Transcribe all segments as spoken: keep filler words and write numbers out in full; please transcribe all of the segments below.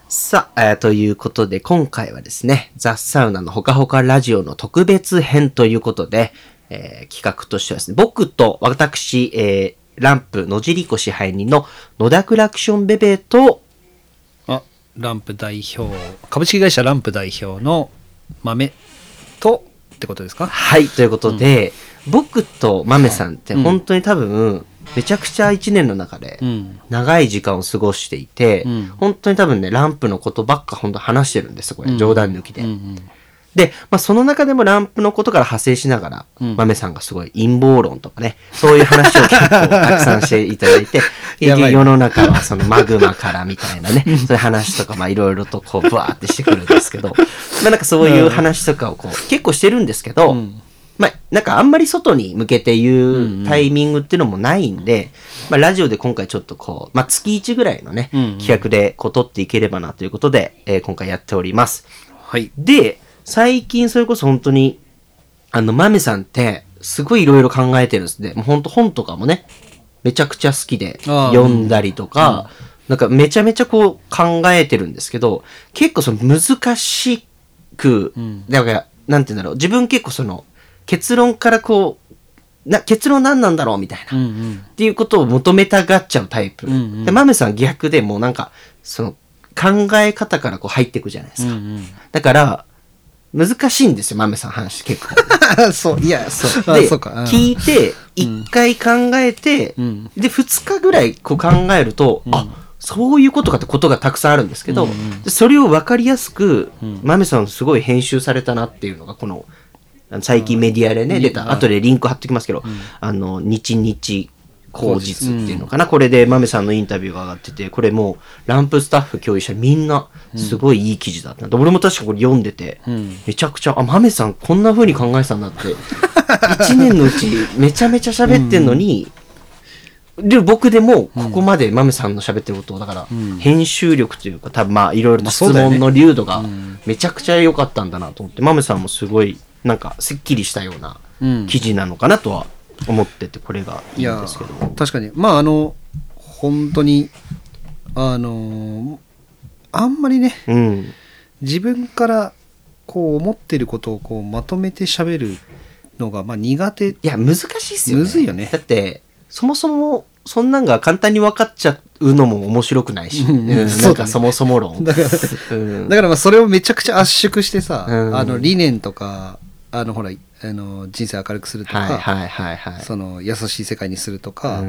さあ、えー、ということで、今回はですね、ザ・サウナのほかほかラジオの特別編ということで、えー、企画としてはですね、僕と私、えー、ランプ野尻湖支配人の野田クラクションベベと、 あ、ランプ代表、株式会社ランプ代表の豆とってことですか？ はい、ということで、うん、僕と豆さんって本当に多分、うんめちゃくちゃ一年の中で長い時間を過ごしていて、うん、本当に多分ねランプのことばっか本当話してるんですよこれ、うん、冗談抜きで、うんうん、で、まあ、その中でもランプのことから派生しながら、うん、豆さんがすごい陰謀論とかねそういう話を結構たくさんしていただいて世の中はそのマグマからみたいなねそういう話とかまあいろいろとこうブワーってしてくるんですけどまあなんかそういう話とかをこう結構してるんですけど、うんまあ、なんかあんまり外に向けて言うタイミングっていうのもないんで、うんうんまあ、ラジオで今回ちょっとこう、まあ、月いちぐらいのね、うんうん、企画でこう撮っていければなということで、えー、今回やっております。 はい。 で、最近それこそ本当に、あの、豆さんってすごいいろいろ考えてるんですね。もう本当本とかもね、めちゃくちゃ好きで読んだりとか、うん、なんかめちゃめちゃこう考えてるんですけど、結構その難しく、うん、だからなんて言うんだろう、自分結構その、結論からこうな結論何なんだろうみたいな、うんうん、っていうことを求めたがっちゃうタイプ、うんうん、でマメさん逆でもうなんかその考え方からこう入っていくじゃないですか、うんうん、だから難しいんですよマメさん話結構そういやそうでそうか、うん、聞いて一回考えて、うん、でふつかぐらいこう考えると、うん、あそういうことかってことがたくさんあるんですけど、うんうん、それを分かりやすく、うん、マメさんすごい編集されたなっていうのがこの最近メディアでね、うん、出た、後でリンク貼っておきますけど、うん、あの、日日口実っていうのかな、うん、これで豆さんのインタビューが上がってて、これもう、ランプスタッフ共有者みんな、すごいいい記事だった。うん、俺も確かこれ読んでて、うん、めちゃくちゃ、あ、豆さんこんな風に考えてたんだって、一年のうちめちゃめちゃ喋ってんのに、うん、で、僕でも、ここまで豆さんの喋ってることを、だから、うん、編集力というか、多分まあ、いろいろと質問の流度が、めちゃくちゃ良かったんだなと思って、豆さんもすごい、なんかすっきりしたような記事なのかなとは思っててこれがいいんですけど、 いや確かにまああの本当にあのあんまりね、うん、自分からこう思ってることをこうまとめて喋るのがまあ苦手。 いや難しいっすよね。 むずいよね。 だってそもそもそんなんが簡単に分かっちゃうのも面白くないし、うん、なんかそもそも論だから、うん、だからまあそれをめちゃくちゃ圧縮してさ、うん、あの理念とかあのほらあの人生明るくするとか、はいはいはいはい、その優しい世界にするとか、うん、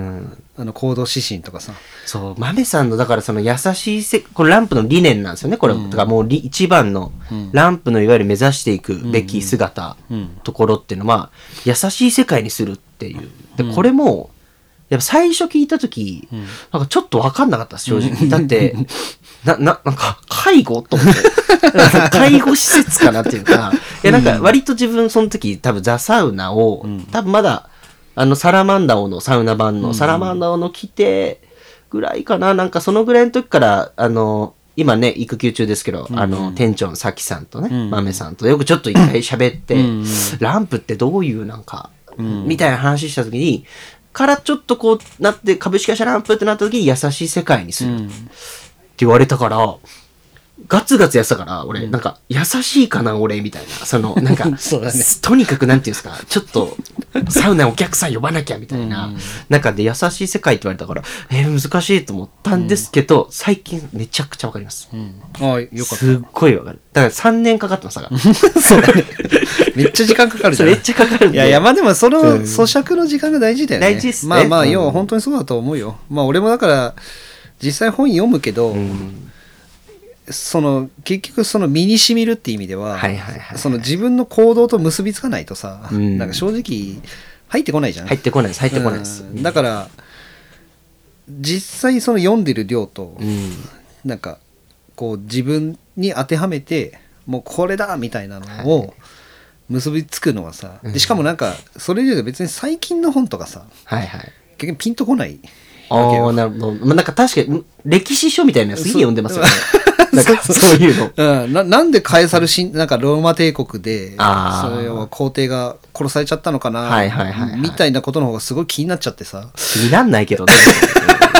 あの行動指針とかさ、 そう豆さんのだからその優しいせこれランプの理念なんですよねこれ、うん、だからもう一番の、うん、ランプのいわゆる目指していくべき姿、うんうん、ところっていうのは優しい世界にするっていうでこれもやっぱ最初聞いた時、うん、なんかちょっと分かんなかった正直だってなななんか介護と思って介護施設かなっていうかいやなんか割と自分その時多分ザサウナを、うん、多分まだあのサラマンダオのサウナ版の、うん、サラマンダオの来てぐらいかななんかそのぐらいの時からあの今ね育休中ですけど、うん、あの店長のさきさんとね、うん、豆さんとよくちょっと一回喋って、うん、ランプってどういうなんか、うん、みたいな話した時にからちょっとこうなって株式会社ランプってなった時に優しい世界にする、うん、って言われたからガツガツやってたから俺、うん、なんか優しいかな俺みたいなそのなんかそうだ、ね、とにかくなんていうんですかちょっとサウナお客さん呼ばなきゃみたいな、うん、中で優しい世界って言われたからえー、難しいと思ったんですけど、うん、最近めちゃくちゃわかります、うん、 ああよかったすっごいわかるだからさんねんかかってますからそうだねめっちゃ時間かかるじゃんめっちゃかかるんでいやいやまあでもその咀嚼の時間が大事だよね、 大事ですねまあまあ要は本当にそうだと思うよまあ俺もだから実際本読むけど、うんその結局その身に染みるって意味では、はいはいはいはい、その自分の行動と結びつかないとさ、うん、なんか正直入ってこないじゃん入ってこないです入ってこないです、 うん、だから実際その読んでる量と、うん、なんかこう自分に当てはめてもうこれだみたいなのを結びつくのはさ、はい、でしかもなんかそれで別に最近の本とかさ、はいはい、結局ピンとこないああなるほど、まあ、なんか確かに歴史書みたいなやつ読んでますよねなんかそういうの、 うん、な, なんでカエサル神なんかローマ帝国でそれは皇帝が殺されちゃったのかな、はいはいはいはい、みたいなことの方がすごい気になっちゃってさ気になんないけどね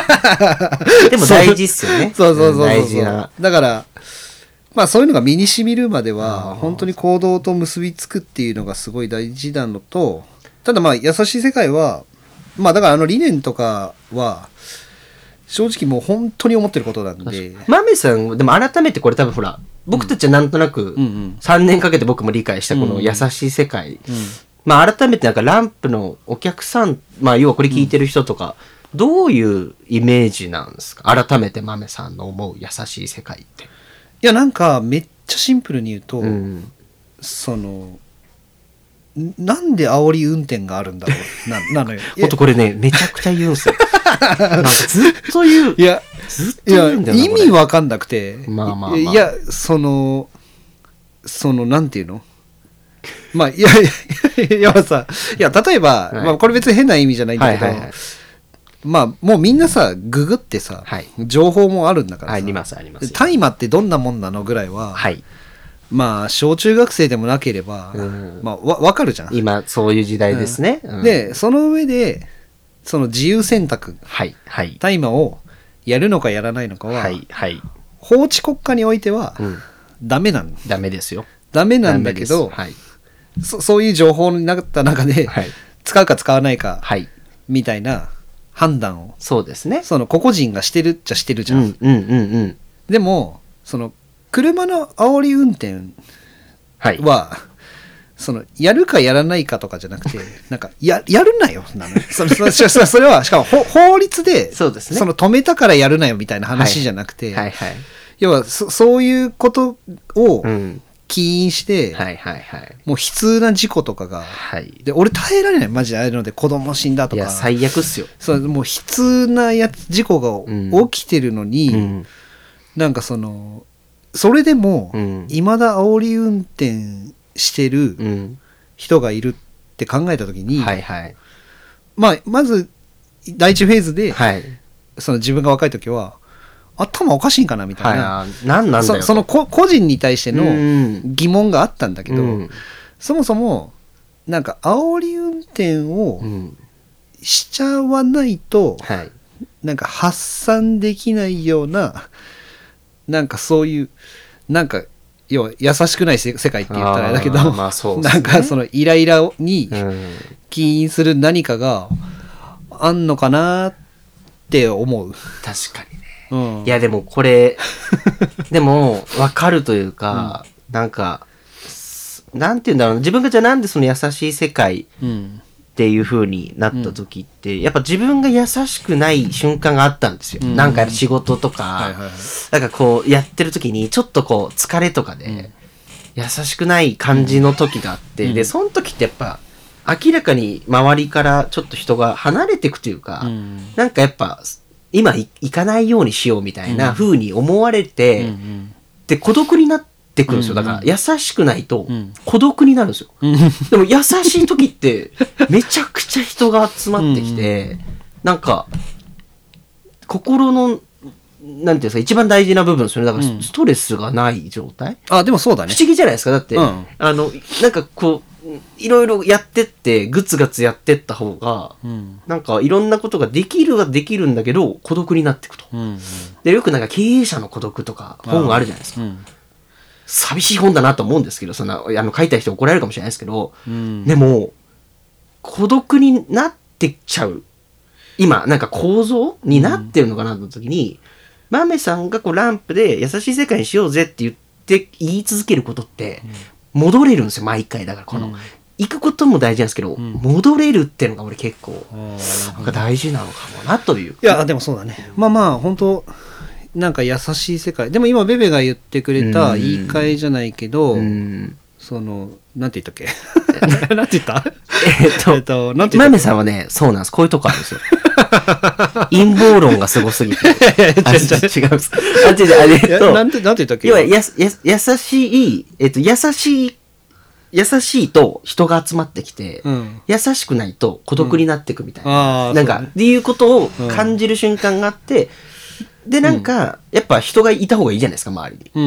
でも大事っすよね。 そうそうそうそう。 大事な。 だから、まあそういうのが身に染みるまでは、本当に行動と結びつくっていうのがすごい大事なのと、ただまあ優しい世界は、まあだからあの理念とかは、正直もう本当に思ってることなんで。 マメさん、でも改めてこれ多分ほら、僕たちはなんとなくさんねんかけて僕も理解したこの優しい世界。うんうん、まあ改めてなんかランプのお客さん、まあ要はこれ聞いてる人とか、うん、どういうイメージなんですか？改めてマメさんの思う優しい世界って。 いやなんかめっちゃシンプルに言うと、うん、その、なんで煽り運転があるんだろうな、なのよ。 ほんとこれね、めちゃくちゃ言うんすよ。なんかずっと言う。 いや、 ずっと言うんだよな。 意味わかんなくて。 まあまあ、まあ。 いや、その、その、なんていうのまあ、いやいや、いや、さ、いや、例えば、はい、まあ、これ別に変な意味じゃないんだけど、はいはいはい、まあ、もうみんなさ、ググってさ、はい、情報もあるんだからさ、 あります、あります。 大麻ってどんなもんなのぐらいは、はい、まあ、小中学生でもなければ、うん、まあ、わ、わかるじゃん。 今、そういう時代ですね。 うん、で、その上で、その自由選択、はいはい、大麻をやるのかやらないのかは、はいはい、法治国家においては、うん、ダメなんダメですよ。 ダメなんだけど、はい、そ, そういう情報になった中で、はい、使うか使わないか、はい、みたいな判断を、 そうですね。 その個々人がしてるっちゃしてるじゃん。 うんうんうんうん、 でも、その車の煽り運転は、はい、そのやるかやらないかとかじゃなくて、なんか や, やるなよなのそれそそれはしかも法律でそうです、ね、その止めたからやるなよみたいな話じゃなくて、はいはいはい、要は そ, そういうことを起因して、うんはいはいはい、もう悲痛な事故とかが、はい、で俺耐えられないマジでああいうので子供死んだとか、いや最悪っすよ。 そうもう悲痛なやつ事故が起きてるのに、うん、なんかそのそれでもいま、うん、だ煽り運転してる人がいるって考えたときに、うんはいはい、まあまず第一フェーズで、はい、その自分が若い時は頭おかしいんかなみたいな、 はい、なんなんだよそ, その個人に対しての疑問があったんだけど、うん、そもそもなんか煽り運転をしちゃわないと、うんはい、なんか発散できないようななんかそういうなんか要は優しくない世界って言ったらあれだけど、まあそうですね、なんかそのイライラに起因する何かがあんのかなって思う。 確かにね、うん、いやでもこれでも分かるというか、うん、なんかなんて言うんだろう、自分がじゃあなんでその優しい世界っていう風になった時って、うん、やっぱ自分が優しくない瞬間があったんですよ、うん、なんか仕事とか、はいはいはい、なんかこうやってる時にちょっとこう疲れとかで、うん、優しくない感じの時があって、うん、でその時ってやっぱ明らかに周りからちょっと人が離れていくというか、うん、なんかやっぱ今行かないようにしようみたいな風に思われて、うんうん、で孤独になってってくるんですよ。だから優しくないと孤独になるんですよ、うん、でも優しい時ってめちゃくちゃ人が集まってきて、うん、なんか心のなんていうんですか一番大事な部分ですよね。だからストレスがない状態、 うん、あでもそうだね、 不思議じゃないですか。だって、うん、あのなんかこういろいろやってってグツガツやってった方が、うん、なんかいろんなことができるはできるんだけど孤独になっていくと、うんうん、でよくなんか経営者の孤独とか本があるじゃないですか、うん寂しい本だなと思うんですけど、そんなあの書いた人怒られるかもしれないですけど、うん、でも孤独になってっちゃう今なんか構造になってるのかなと思った時に、うん、マメさんがこうランプで優しい世界にしようぜって言って言い続けることって戻れるんですよ毎回。だからこの、うん、行くことも大事なんですけど、うん、戻れるっていうのが俺結構、うん、なんか大事なのかもなという。 いやでもそうだね、まあまあ本当なんか優しい世界でも今ベベが言ってくれた言い換えじゃないけど、うん、そのなんて言ったっけなんて言ったえっと、えっと、なんて言ったっけマメさんはねそうなんです。こういうとこあるんですよ陰謀論がすごすぎてあ違うんですあ違う違うえっとなんてなんて言ったっけ要はやや優しいえっと優しい優しいと人が集まってきて、うん、優しくないと孤独になっていくみたいな、うん、なんか、ね、っていうことを感じる瞬間があって、うんでなんか、うん、やっぱ人がいた方がいいじゃないですか周りに、うんうん、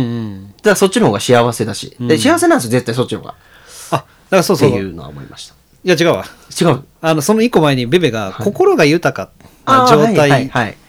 だからそっちの方が幸せだし、うん、で幸せなんですよ絶対そっちの方があだからそうそうっていうのは思いました。 いや違うわ違うあのその一個前にベベが心が豊かな状態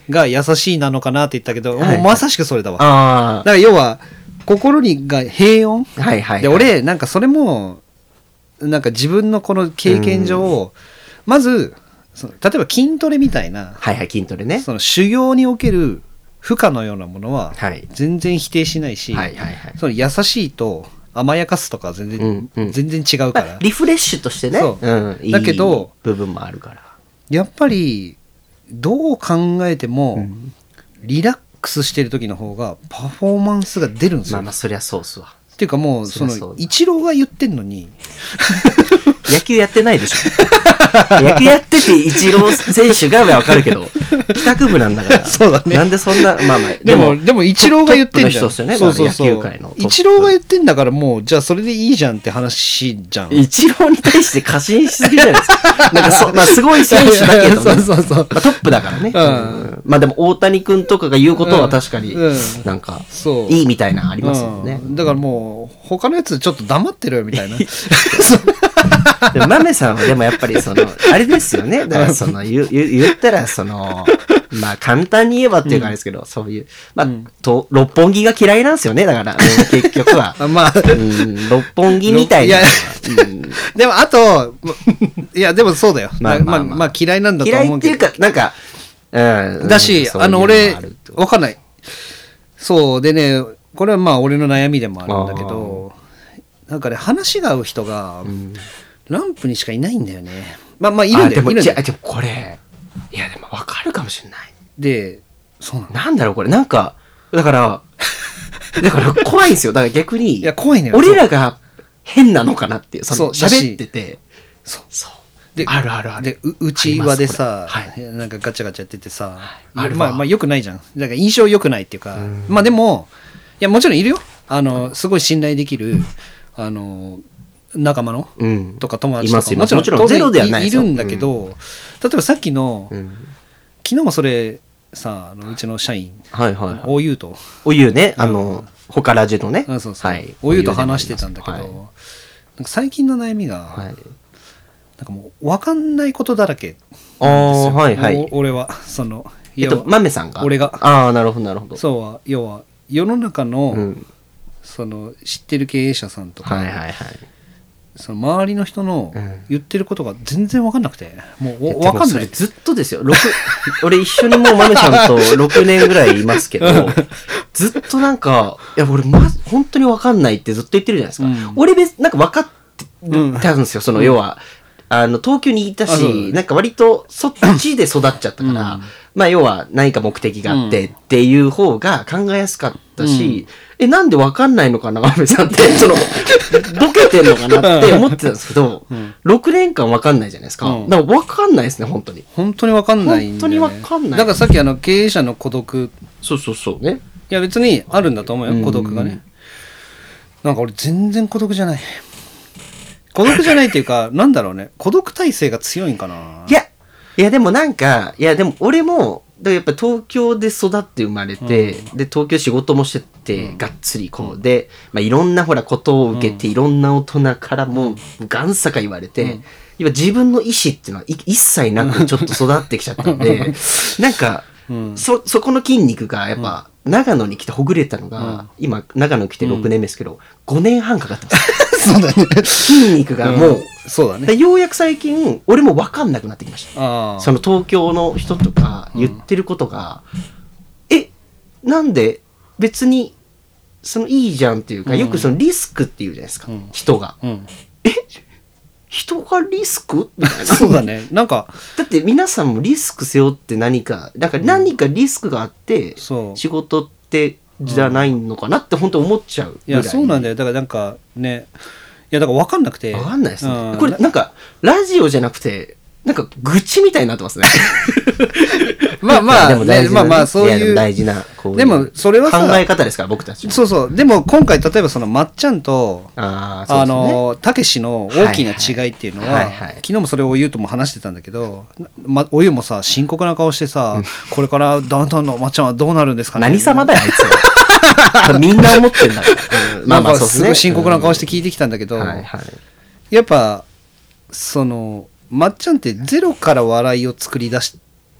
が優しいなのかなって言ったけど、 はいもうまさしくそれだわ。 あだから要は心にが平穏、 あ。はいはい。 で俺なんかそれもなんか自分のこの経験上、まずその例えば筋トレみたいな、 はいはい、筋トレね。 その修行における負荷のようなものははい全然否定しないし、 はいはいはい。 その優しいと甘やかすとかは全然、 うんうん全然違うから、 まあリフレッシュとしてね。 そううん。いいだけど部分もあるから。 やっぱりどう考えても、 うんリラックスしてる時の方がパフォーマンスが出るんですよ。 まあまあ、そりゃそうっすわ。 っていうかもうそそりゃそうだのイチローが言ってんのに野球やってないでしょ。野球やっててイチロー選手がわかるけど、帰宅部なんだから。 そうだねなんでそんな、まあまあ、 でもでもイチローが言ってんじゃん。 トップの人っすよね。 そうそうそう野球界のトップ。 イチローが言ってんだからもうじゃあそれでいいじゃんって話じゃん。 イチローに対して過信しすぎじゃないですか。なんかそ、まあすごい選手だけどね。 そうそうそう。 まあトップだからね。 うんうんまあでも大谷君とかが言うことは確かにうんうんなんかそういいみたいなのありますよね。 うんだからもう他のやつちょっと黙ってるよみたいな。 でもマメさんはでもやっぱりその、あれですよね。だからその、言言言ったらその、まあ簡単に言えばっていうかあれですけど、そういう、まあ、 うんと、六本木が嫌いなんですよね。だから、うん結局は。 あまあうん、六本木みたいな。 いやうんでもあといやでもそうだよ。 まあまあまあまあ嫌いなんだと嫌い思うけど。 っていうか、なんか、うん。 だし、 そういうのもあの俺あるとわかんない。そうでね、これはまあ俺の悩みでもあるんだけど、なんかね話が合う人がうんランプにしかいないんだよね。まあまあいるんだよ。 あでも、 いるんだよじゃあ、でもこれ、いやでも分かるかもしれない。 で、そうなの。 なんだろうこれ、なんか、だから、だから怖いんですよ。だから逆に、 いや怖いのよ。 俺らが変なのかなっていう、そのそうだし喋ってて、 そうそう。 であるあるある。 でう内輪でさ、 ありますこれなんかガチャガチャやっててさ、 いあるわまあまあ良くないじゃん。だから印象良くないっていうか、 うんまあでもいやもちろんいるよ。あのすごい信頼できるあの仲間のうん。 とか友達いますいますとかもちろんもちろんゼロではないですよいるんだけど、例えばさっきの、 うん昨日もそれさあのうちの社員はいはいはい。 大優と、 お湯ね、あの、ほからじのね。 あそうそうはい。 大優と話してたんだけど、 はいなんか最近の悩みが、 はい。 なんかもう分かんないことだらけああ、はいはい。 お俺はそのえっと、豆さんが。 俺がああ、なるほどなるほど。 そうは要は世の中の、 うん。 その知ってる経営者さんとか、 はいはいはい。 その周りの人のうん言ってることが全然分かんなくてもういやお分かんないでもそれずっとですよ。六俺一緒にもう豆さんとろくねんぐらいいますけど、ずっとなんか、いや俺ま、本当にわかんないってずっと言ってるじゃないですか。 うん俺別、なんか分かってたんですよ。その要は、あの、東京にいたあそうし、なんか割とそっちで育っちゃったから、 うんまあ要は何か目的があってっていう方が考えやすかったし、え、なんでわかんないのかな、豆さんって、その、ボケてんのかなって思ってたんですけど、 うんろくねんかんわかんないじゃないですか。 うんだからわかんないですね、本当に。 本当に分かんないんだよ、ね、 本当に分かんないだからさっきあの経営者の孤独そうそうそうね。 いや別にあるんだと思ううんよ孤独がねなんか俺全然孤独じゃない孤独じゃないっていうかなんだろうね孤独体制が強いんかないや、いやでもなんか、いやでも俺も、だからやっぱ東京で育って生まれて、で、東京仕事もしてて、がっつりこう、で、まあいろんなほらことを受けて、いろんな大人からも、がんさか言われて、今自分の意思っていうのはい一切なくちょっと育ってきちゃったんで、なんか、 うんそ、そこの筋肉がやっぱ、長野に来てほぐれたのが、 うん今、長野来てろくねんめですけど、ごねんはんかかってます。 そうだね筋肉がもう、 そうだねでようやく最近、俺も分かんなくなってきました。 ああその東京の人とか言ってることが、え、なんで別に、そのいいじゃんっていうか、 うんよくそのリスクって言うじゃないですか、 うん人が。 うん人がリスクみたいな。 そうだねなんかだって皆さんもリスク背負って何か、だから何かリスクがあって、 そう仕事ってじゃないのかなって本当思っちゃういやそうなんだよ。 よだからなんかねいやだから分かんなくてわかんないですね。 うんこれなんか、ラジオじゃなくて、なんか愚痴みたいになってますね。 まあまあでも大事なね、 ねまあまあそういうやでも大事な、こういうでもそれはさ考え方ですから、僕たちの。 そうそうでも今回例えばそのまっちゃんとああ、そうあですね。 のたけしの大きな違いっていうのは、 はいはいはいはい昨日もそれをおゆうとも話してたんだけど、ま、おゆうもさ深刻な顔してさ、これからダウンタウンのまっちゃんはどうなるんですかね何様だよ、あいつは。みんな思ってんだから。うんまあまあ、 なんかそうですね。 すごい深刻な顔して聞いてきたんだけど、 うんはいはい。 やっぱそのまっちゃんってゼロから笑いを作り出し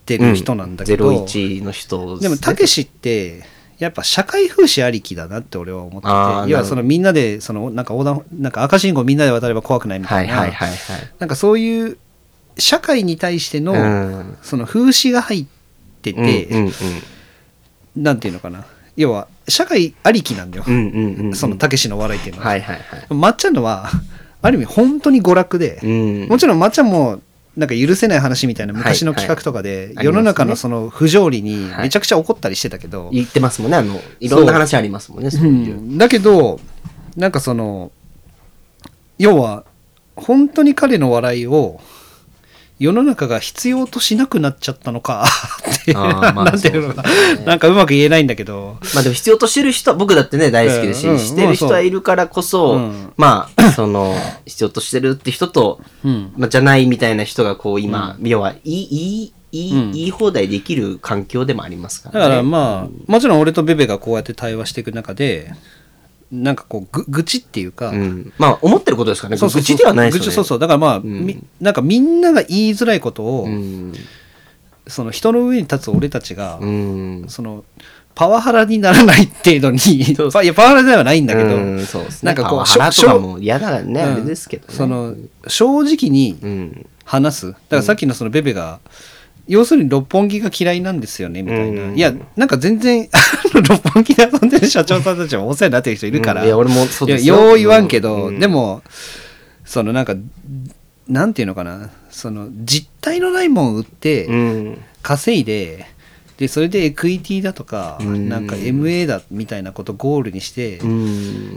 ってる人なんだけど、 うん、ゼロイチの人でもたけしってやっぱ社会風刺ありきだなって俺は思ってて、要はそのみんなでそのなんか横断なんか赤信号みんなで渡れば怖くないみたいな、 はいはいはいはい、 なんかそういう社会に対しての、うん、その風刺が入ってて、うんうんうん、なんていうのかな、要は社会ありきなんだよ、うんうんうんうん、そのたけしの笑いっていうのは、はいはいはい、まっちゃんのはある意味本当に娯楽で、うん、もちろんまっちゃんもなんか許せない話みたいな昔の企画とかで、はいはい、世の中のその不条理にめちゃくちゃ怒ったりしてたけど、 はい、言ってますもんね、あのいろんな話ありますもんね、そういう、 うん、だけどなんかその要は本当に彼の笑いを世の中が必要としなくなっちゃったのかってなんていうのかな、なんかうまく言えないんだけど、 まあでも必要としてる人は僕だってね大好きだし、うんうん、してる人はいるからこそ、うん、まあその必要としてるって人と、うんまあ、じゃないみたいな人がこう今、うん、要はいいいいいい、うん、言い放題できる環境でもありますからね。 だからまあ、うん、もちろん俺とベベがこうやって対話していく中でなんかこう ぐ, 愚痴っていうか、うん、 まあ思ってることですかね。そうそうそう愚痴ではないですよね。 そうそうだからまあ、うん、なんかみんなが言いづらいことを、うん、その人の上に立つ俺たちが、うん、そのパワハラにならない程度にいやパワハラではないんだけど、うん、そうですね、なんかこうパワハラとかも嫌だね、うん、あれですけどね。 その正直に話す。だからさっきのそのベベが、要するに六本木が嫌いなんですよねみたいな、うん、いやなんか全然六本木で遊んでる社長さんたちもお世話になってる人いるから、うん、いや俺もそうですよ、よう言わんけど、うん、でもそのなんかなんていうのかな、その実体のないもん売って稼いで、でそれでエクイティだとか、うん、なんか エムエー だみたいなことをゴールにして、うん、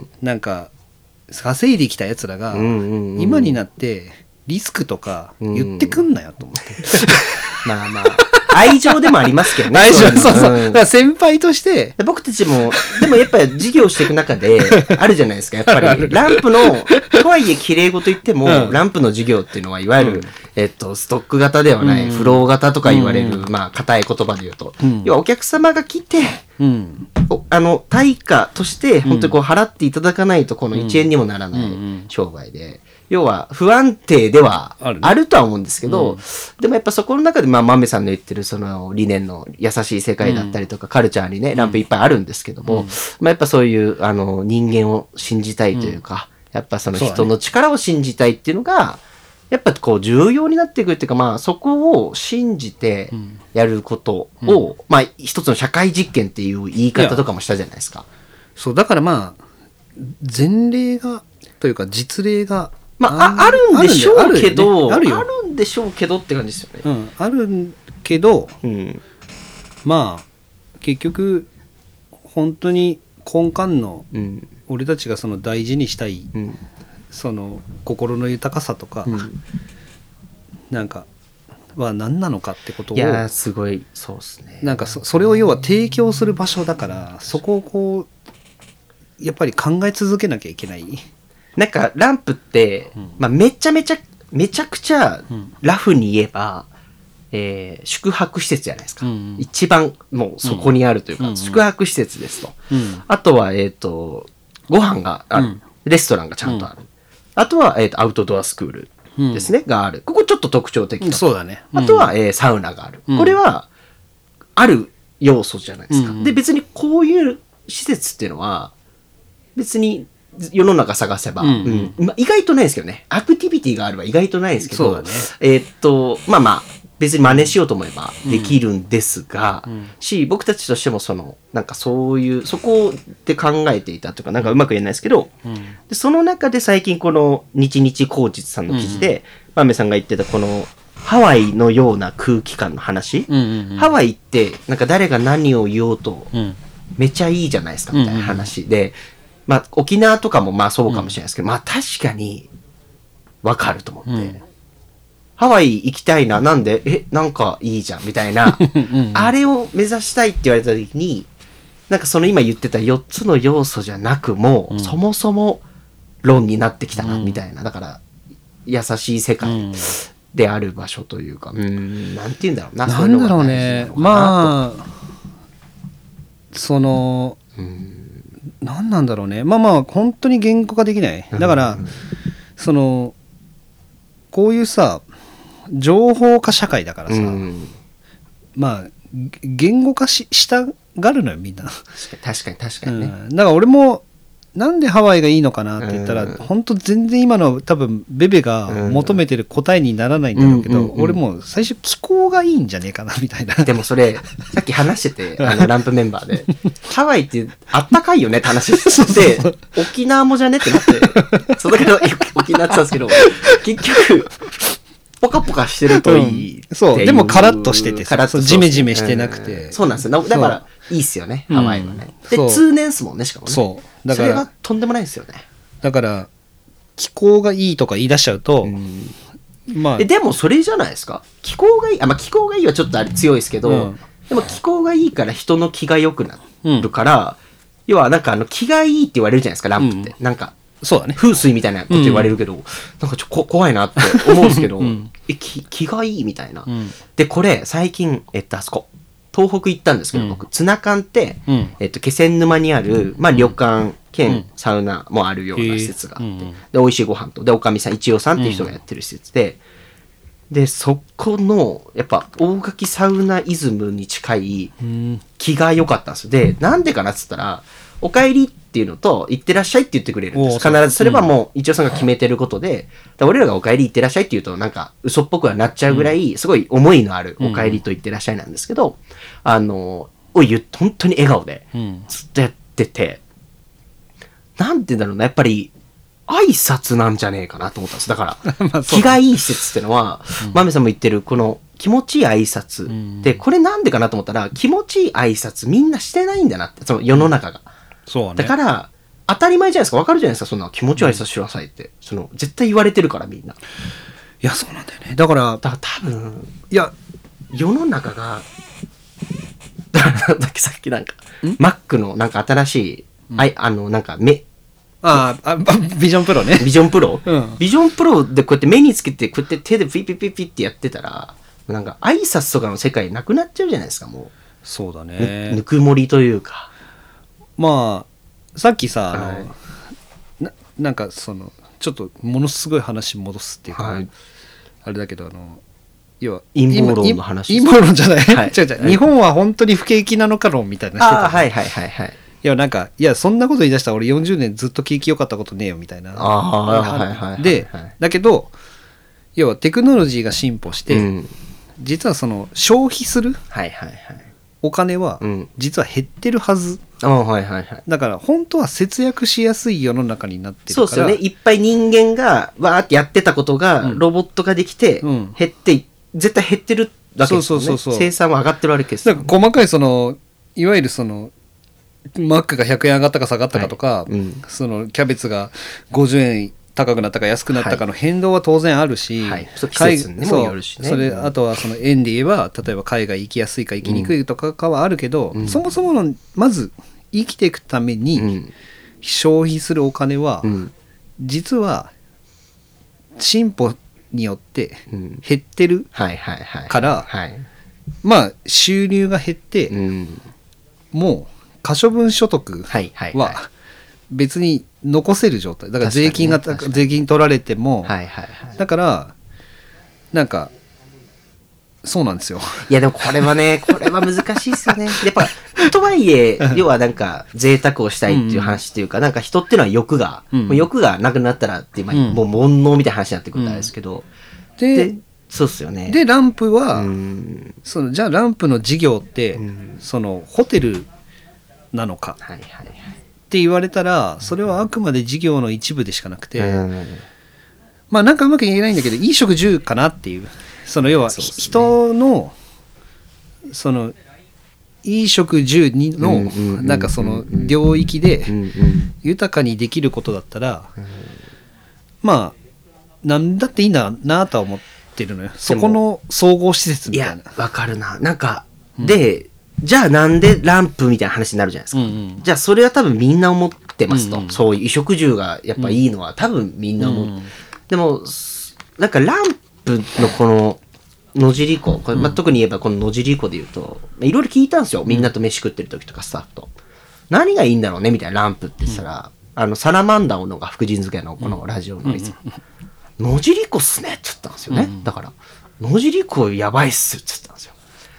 なんか稼いできたやつらが今になってリスクとか言ってくんなよと思って、 うん、まあまあ愛情でもありますけどね。 愛情、そうそう、うん、だから先輩として僕たちもでもやっぱり事業していく中であるじゃないですか、やっぱりランプのとはいえ綺麗事言っても、うん、ランプの事業っていうのはいわゆる、うん、えっとストック型ではない、うん、フロー型とか言われる、うん、まあ硬い言葉で言うと、うん、要はお客様が来て、うん、あの対価として本当にこう払っていただかないとこのいちえんにもならない商売で、要は不安定ではあるとは思うんですけど、うん、でもやっぱそこの中でまあマメさんの言ってるその理念の優しい世界だったりとか、うん、カルチャーにねランプいっぱいあるんですけども、うん、まあやっぱそういうあの人間を信じたいというか、うん、やっぱその人の力を信じたいっていうのがやっぱこう重要になっていくっていうか、まあそこを信じてやることを、うん、まあ一つの社会実験っていう言い方とかもしたじゃないですか。 そうだからまあ前例がというか実例がまあ、あ, あるんでしょうけど、ある、ね、あるあるんでしょうけどって感じですよね。 うん、あるけど、うん、まあ結局本当に根幹の俺たちがその大事にしたい、うん、その心の豊かさとか、うん、なんかは何なのかってことを、 いやすごいそうですね。 なんか そ, それを要は提供する場所だから、そこをこうやっぱり考え続けなきゃいけない。 なんかランプって、うんまあ、めちゃめちゃめちゃくちゃラフに言えば、うんえー、宿泊施設じゃないですか、うんうん、一番もうそこにあるというか、うんうん、宿泊施設ですと、うん、あとは、えーと、ご飯がある、うん、レストランがちゃんとある、うん、あとは、えーと、アウトドアスクールですね、うん、がある。ここちょっと特徴的だ、うん、 そうだね、 うん、あとは、えー、サウナがある、うん、これはある要素じゃないですか、うんうん、で別にこういう施設っていうのは別に世の中探せば、うんうんうんまあ、意外とないですけどね、アクティビティがあれば意外とないですけど、そうだね、えー、っとまあまあ別に真似しようと思えばできるんですが、うんうん、し僕たちとしてもそのなんかそういうそこで考えていたというかなんかうまく言えないですけど、うん、でその中で最近この日日口実さんの記事でマメ、うん、さんが言ってたこのハワイのような空気感の話、うんうんうん、ハワイってなんか誰が何を言おうとめちゃいいじゃないですかみたいな話で、うんうんまあ、沖縄とかもまあそうかもしれないですけど、うん、まあ確かにわかると思って、うん、ハワイ行きたいな、なんでえなんかいいじゃんみたいなうん、あれを目指したいって言われた時になんかその今言ってたよっつの要素じゃなくも、うん、そもそも論になってきたなみたいな、だから優しい世界である場所というか、うん、なんて言うんだろうな、 なんだろうね、まあその、うん何なんだろうね、まあまあ本当に言語化できない。だから、うん、そのこういうさ情報化社会だからさ、うん、 まあ言語化ししたがるのよみんな。 確かに確かにね、 うん、だから俺もなんでハワイがいいのかなって言ったら、 うん、 本当全然今の多分ベベが求めてる答えにならないんだろうけど、うんうんうんうん、俺も最初気候がいいんじゃねえかなみたいな。 でもそれさっき話しててあのランプメンバーでハワイってあったかいよねって話してて沖縄もじゃねってなってそれから沖縄って言ったんですけど結局ポカポカしてるといい、うん、 そうでもカラッとしててさ、ジメジメしてなくて、 うん、そうなんですよ。だからいいっすよねハワイはね、うん、で通年っすもんねしかもね。そうだからそれがとんでもないですよね。 だから気候がいいとか言い出しちゃうと、うん、 まあえでもそれじゃないですか。気候がいいあ、まあ、気候がいいはちょっとあれ強いですけど、うん、でも気候がいいから人の気が良くなるから、うん、要はなんかあの気がいいって言われるじゃないですかランプって、うん、なんかそうだね、 風水みたいなこと言われるけど、うん、なんかちょっと怖いなって思うんですけど、うん、え 気, 気がいいみたいな、うん、でこれ最近えっとあそこ東北行ったんですけど、うん、僕ツナ缶って、うんえっと、気仙沼にある、まあ、旅館兼サウナもあるような施設があって、うん、で美味しいご飯とでおかみさん一応さんっていう人がやってる施設で、うん、でそこのやっぱ大垣サウナイズムに近い気が良かったんですよ。でなんでかなっつったらお帰りっていうのと行ってらっしゃいって言ってくれるんです。必ずそれはもう一応さんが決めてることで、うん、俺らがお帰り行ってらっしゃいって言うとなんか嘘っぽくはなっちゃうぐらいすごい思いのあるお帰りと言ってらっしゃいなんですけど、うん、あのおい本当に笑顔でずっとやってて、うん、なんて言うんだろうな、やっぱり挨拶なんじゃねえかなと思ったんです。だからまあ気がいい施設ってのは、うん、マメさんも言ってるこの気持ちいい挨拶、うん、でこれなんでかなと思ったら気持ちいい挨拶みんなしてないんだなって、その世の中が、そうね、だから当たり前じゃないですか。分かるじゃないですか、そんな気持ち悪い挨拶しなさいって、うん、その絶対言われてるからみんな。いやそうなんだよね。だからだから多分いや世の中がなんだっけさっきなんかマックのなんか新しい、うん、あ, あのなんか目ああビジョンプロねビジョンプロ、うん、ビジョンプロでこうやって目につけてこうやって手でピッピッピッピッってやってたらなんか挨拶とかの世界なくなっちゃうじゃないですか。もうそうだね、 ぬくもりというか。 まあさっきさ、はい、あの な, なんかそのちょっとものすごい話戻すっていうか、はい、あれだけどあの要は陰謀論の話陰謀論じゃない、はい、違う違う、はい、日本は本当に不景気なのか論みたいなしてた。 あはいはいはいはい。 いやなんかいやそんなこと言い出したら俺よんじゅうねんずっと景気良かったことねえよみたいな。 あはいはいはい。 でだけど要はテクノロジーが進歩して、うん、実はその消費するお金は実は減ってるはず。 あはいはいはい。 だから本当は節約しやすい世の中になってるから。 そうですよね。いっぱい人間がわーってやってたことがロボットができて減って、うん、絶対減ってるわけですよね。そうそうそうそう。生産は上がってるわけですよね。 だから細かいそのいわゆるそのマックがひゃくえん上がったか下がったかとか、はいうん、そのキャベツがごじゅうえん高くなったか安くなったかの変動は当然あるし、はいはい、 季節にもよるしね。 それあとはその円で言えば例えば海外行きやすいか行きにくいとかはあるけど、うん、そもそものまず生きていくために消費するお金は、うん、実は進歩によって減ってるからまあ収入が減って、うん、もう可処分所得は別に残せる状態だから税金が、ね、税金取られても、はいはいはい、だからなんかそうなんですよ。 いやでもこれはねこれは難しいですよね。やっぱとはいえ要はなんか贅沢をしたいっていう話っていうか、うん、なんか人っていうのは欲が、うん、もう欲がなくなったらっていう、まあうん、もう煩悩みたいな話になってくるんですけど、うん、で, でそうっすよね。 でランプは、うん、そのじゃあランプの事業って、うん、そのホテルなのか、はいはいはい、って言われたらそれはあくまで事業の一部でしかなくて、うん、まあなんかうまく言えないんだけど衣食住かなっていうその要は、ね、人のその衣食住のなんかその領域で豊かにできることだったら、うん、まあなんだっていいんだなとは思ってるのよ。そこの総合施設みたいな。いやわかるな。なんか、うん、でじゃあなんでランプみたいな話になるじゃないですか、うんうん、じゃあそれは多分みんな思ってますと、うんうん、そういう衣食住がやっぱいいのは多分みんな思う、うんうん、でもなんかランプのこの野尻湖これ、まあ、特に言えばこの野尻湖で言うといろいろ聞いたんですよ。みんなと飯食ってる時とかスタッフと何がいいんだろうねみたいなランプって言ったら、うん、あのサラマンダーのが福神漬けのこのラジオのいつ、うん、野尻湖っすねって言ったんですよね、うん、だから野尻湖やばいっすって言ったんですよ。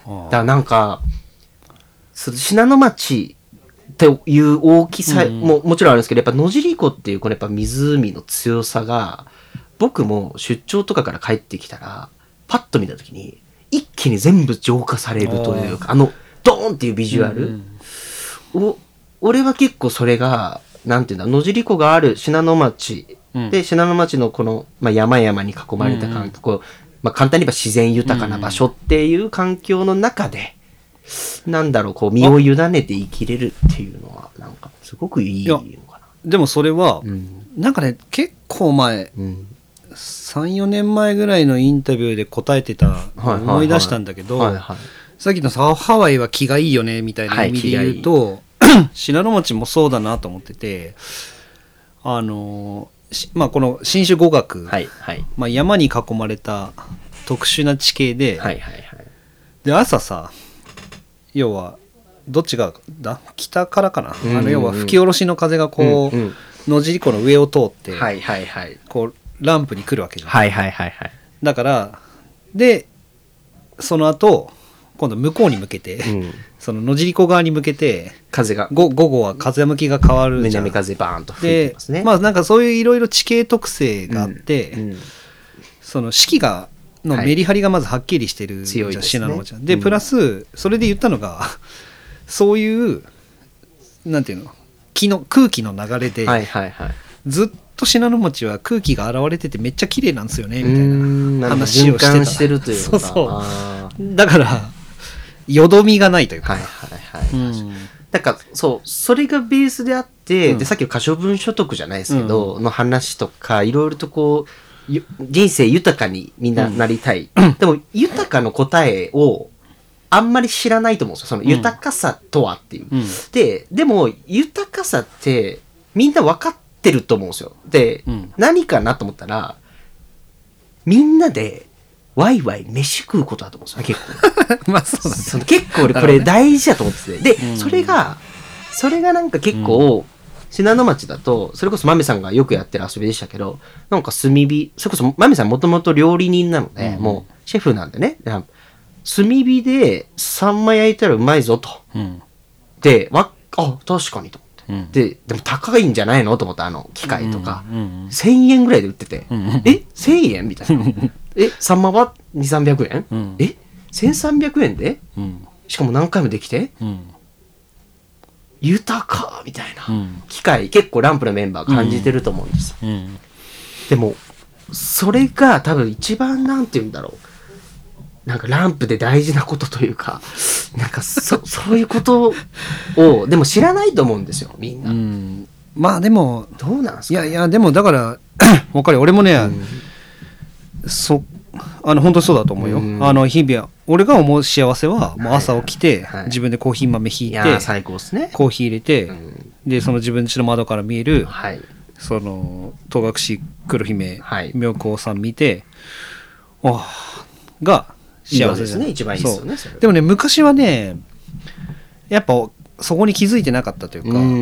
だからなんかそ信濃町っていう大きさももちろんあるんですけど、やっぱ野尻湖っていうこのやっぱ湖の強さが、僕も出張とかから帰ってきたらパッと見た時に一気に全部浄化されるというか、あのドーンっていうビジュアル、うんうん、お俺は結構それがなんていうんだ、野尻湖がある信濃町、うん、で信濃町のこの、まあ、山々に囲まれた環境、うんうん、まあ、簡単に言えば自然豊かな場所っていう環境の中で、うん、なんだろう、こう身を委ねて生きれるっていうのはなんかすごくいいのかな。 でもそれは、うん、なんかね結構前、うん、さんよねんまえぐらいのインタビューで答えてたのを思い出したんだけど、はいはいはい、さっきのさハワイは気がいいよねみたいな意味で言うと、はい、信濃町もそうだなと思ってて、あのまあこの新種語学、はいはい、まあ、山に囲まれた特殊な地形で、はいはいはい、で朝さ、要はどっちがだ北からかな、うんうん、あの要は吹き下ろしの風がこう、うんうん、野尻湖の上を通って、はいはいはい、こうランプに来るわけじゃん、はいはいはいはい、だからでその後今度向こうに向けて、うん、その野尻湖側に向けて風が午後は風向きが変わるじゃん、 南風バーンと吹いてますね。 でまあなんかそういういろいろ地形特性があって、うんうん、その四季がのメリハリがまずはっきりしてるじゃん、はい、信濃町で、うん、プラスそれで言ったのがそういうなんていうの気の空気の流れで、はいはいはい、ずっと信濃町は空気が現れててめっちゃ綺麗なんですよねみたいな話をしてた。循環してるというか、そうそうだからよどみがないというか、はいはいはい、うん、 だからそうそれがベースであって、うん、でさっきの可処分所得じゃないですけど、うん、の話とかいろいろとこう人生豊かにみんななりたい、うん、でも豊かの答えをあんまり知らないと思うんですよ、その豊かさとはっていう、うん、ででも豊かさってみんな分かってると思うんですよ。で、うん、何かなと思ったらみんなでワイワイ飯食うことだと思うんですよ結構まあそうなんですよ、結構俺これ大事だと思ってて、で、うん、それがそれがなんか結構、うん、信濃町だとそれこそ豆さんがよくやってる遊びでしたけど、なんか炭火、それこそ豆さんもともと料理人なので、うん、もうシェフなんでね、炭火でサンマ焼いたらうまいぞと、うん、でわあ確かにと思って、うん、ででも高いんじゃないのと思ったあの機械とか、うんうんうん、せんえんぐらいで売ってて、うんうん、えせんえんみたいなえサンマはにせんさんびゃくえん、うん、えせんさんびゃくえんで、うん、しかも何回もできて、うん、豊かみたいな、うん、機械結構ランプのメンバー感じてると思うんですよ、うんうん、でもそれが多分一番なんて言うんだろう、なんかランプで大事なことというか、なんか そ, そういうことをでも知らないと思うんですよみんな、うん、 まあでもどうなんですか、 いやいやでもだから分かる、俺もね、うん、そあの本当にそうだと思うよ、うん、あの日々俺が思う幸せはもう朝起きて、はいはい、自分でコーヒー豆ひいて、いや最高ですね、 コーヒー入れて、うん、でその自分家の窓から見える、はい、その戸隠黒姫、はい、妙高さん見て、あが幸せですね、 一番いいですよね。 でもね昔はねやっぱそこに気づいてなかったというか、うん、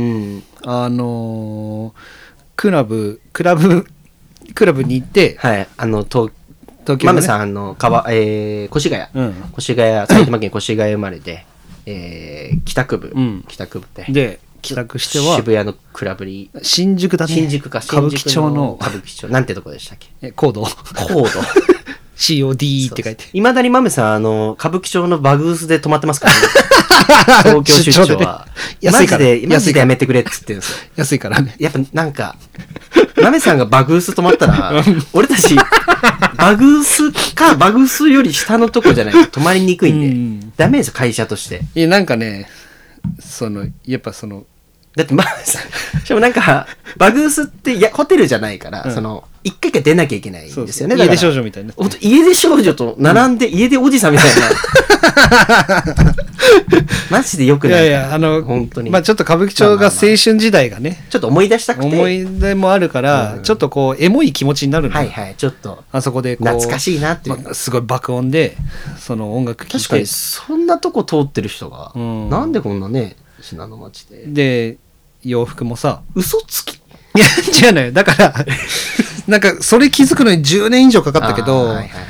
あのクラブクラブクラブに行って、 はい、あの東東京、ね、マメさんあの川、えー、越谷、うん、越谷埼玉県越谷生まれで、えー、帰宅部、うん、帰宅部でで帰宅しては渋谷のクラブに新宿だね、 新宿か歌舞伎町の歌舞伎町なんてとこでしたっけ、 えコードコードシーオーディー って書いて、 いまだにマメさんあの歌舞伎町のバグースで泊まってますからね東京出張は、ね、安いからマジでマジでやめてくれって言ってるんですよ、 安いからね、 やっぱなんかマメさんがバグース泊まったら俺たちバグースかバグースより下のとこじゃないと泊まりにくいんで、うん、ダメですよ会社として。 いやなんかねそのやっぱそのだってマメさんしかもなんかバグースっていやホテルじゃないから、うん、その一回か出なきゃいけないんですよね。そうそう、 家出少女みたいな、 家出少女と並んで、うん、家出おじさんみたいなマジでよくない。 いやいやあの本当にまあちょっと歌舞伎町が青春時代がね、まあまあまあ、 ちょっと思い出したくて思い出もあるから、うん、ちょっとこうエモい気持ちになるの、 はいはい、ちょっとあそこでこう懐かしいなっていう、 まあ、すごい爆音でその音楽聴いて、 確かにそんなとこ通ってる人が、うん、なんでこんなね信濃町でで洋服もさ嘘つき、 いや違うのよ、だからなんかそれ気づくのにじゅうねん以上かかったけど、はいはいはい、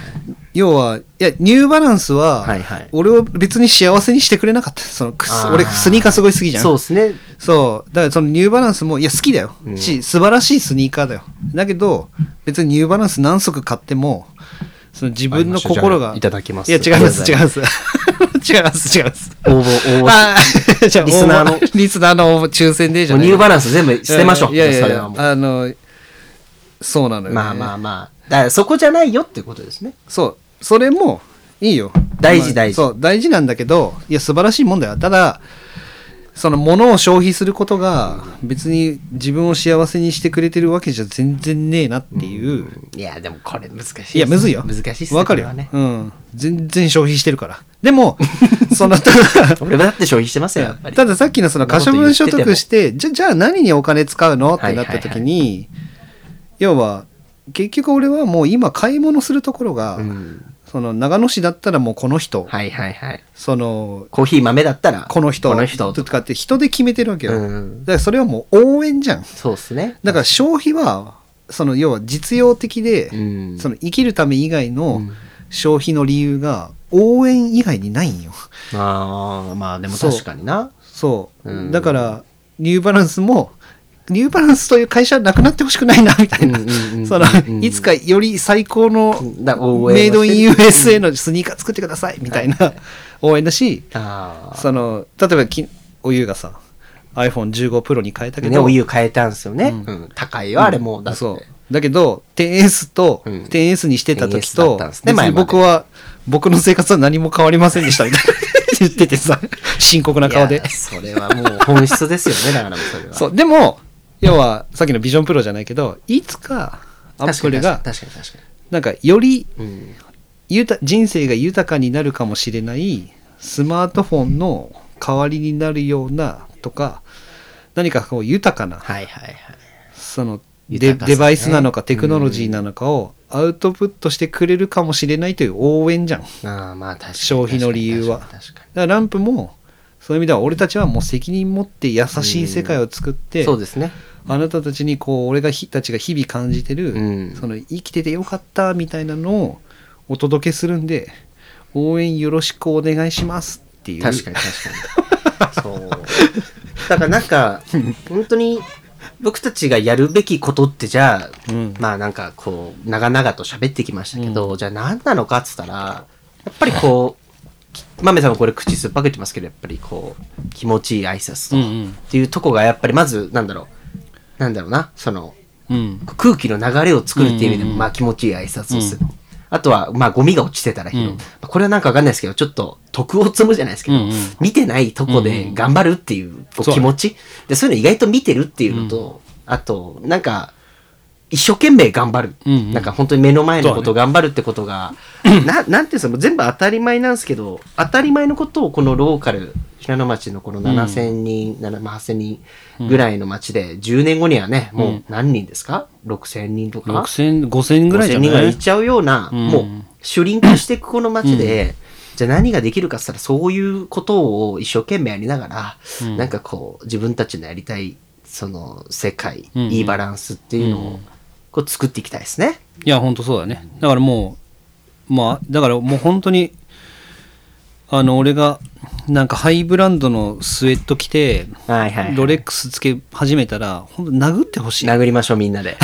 要はいやニューバランスは、 はいはい、 俺を別に幸せにしてくれなかった。その俺スニーカーすごい好きじゃん。 そうですね。 そうだからそのニューバランスもいや好きだよ、うん、し素晴らしいスニーカーだよ。だけど別にニューバランス何足買ってもその自分の心がいただきます。 いや違います違います違います違います。 応募応募じゃあリスナーのリスナーの応募抽選でじゃない。 ニューバランス全部捨てましょう。 いやいやいや、それはもうあのそうなのよ、ね。 まあまあまあだからそこじゃないよってことですね。 そうそれもいいよ。 大事大事、 まあ、そう大事なんだけどいや素晴らしいもんだよ。ただその物を消費することが別に自分を幸せにしてくれてるわけじゃ全然ねえなっていう、 うん、いやでもこれ難しいです、 ね、いやむずいよ。 難しいっすね。 わかるよ、ね、うん、全然消費してるからでもその俺もだって消費してますよやっぱり。 たださっきのその可処分所得してじゃじゃあ何にお金使うのってなった時に、はいはいはい、要は結局俺はもう今買い物するところが、うん、その長野市だったらもうこの人、 はいはいはい、 そのコーヒー豆だったらこの人この人とかって人で決めてるわけよ、うん、だからそれはもう応援じゃん。 そうですね。 だから消費はその要は実用的で、うん、その生きるため以外の消費の理由が応援以外にないんよ、 うん、ああまあでも確かにな。 そう、うん、だからニューバランスもニューバランスという会社はなくなってほしくないなみたいな、そのいつかより最高のメイドイン ユーエスエー のスニーカー作ってくださいみたいな応援だし、その例えばきおゆうがさ アイフォンじゅうご プロに変えたけど、ね、 おゆう変えたんですよね、うんうん、高いよあれも、うん、だってそうだけど テンエス と、うん、テンエス にしてた時と、ね、別に僕は僕の生活は何も変わりませんでしたみたいな言っててさ深刻な顔で。 それはもう本質ですよねだからそれは。 そうでも要はさっきのビジョンプロじゃないけどいつかアップルがなんかより人生が豊かになるかもしれないスマートフォンの代わりになるようなとか何かこう豊かなそのデバイスなのかテクノロジーなのかをアウトプットしてくれるかもしれないという応援じゃん。 あまあ確かに消費の理由は。だからランプもそういう意味では俺たちはもう責任持って優しい世界を作って、 そうですね。 あなたたちにこう俺がたちが日々感じてる、うん、その生きててよかったみたいなのをお届けするんで応援よろしくお願いしますっていう。 確かに確かにそうだからなんか本当に僕たちがやるべきことってじゃあ、うん、まあなんかこう長々と喋ってきましたけど、うん、じゃあ何なのかっつったらやっぱりこう豆さんもこれ口酸っぱく言ってますけどやっぱりこう気持ちいい挨拶と、うんうん、っていうとこがやっぱりまずなんだろうなんだろうなその、うん、空気の流れを作るっていう意味でも、うんうん、まあ気持ちいい挨拶をする、うん、あとはまあゴミが落ちてたら拾う、うん、これはなんかわかんないですけどちょっと徳を積むじゃないですけど、うんうん、見てないとこで頑張るっていう気持ち、うんうん、でそういうの意外と見てるっていうのと、うん、あとなんか一生懸命頑張る、うんうん、なんか本当に目の前のことを頑張るってことが、ね、な, なんていうんですか全部当たり前なんですけど当たり前のことをこのローカル平野町のこのななせんにん、うん、はっせんにんぐらいの町でじゅうねんごにはね、うん、もう何人ですかろくせんにんとかろくせん、ごせんぐらいじゃないごせんにんぐらいいっちゃうような、うん、もう主輪化していくこの町で、うん、じゃあ何ができるかって言ったらそういうことを一生懸命やりながら、うん、なんかこう自分たちのやりたいその世界、うん、いいバランスっていうのを、うんこう作っていきたいですね。 いや本当そうだね。だからもうまあだからもう本当にあの俺がなんかハイブランドのスウェット着て、はいはいはい、ロレックスつけ始めたら本当殴ってほしい。 殴りましょうみんなで。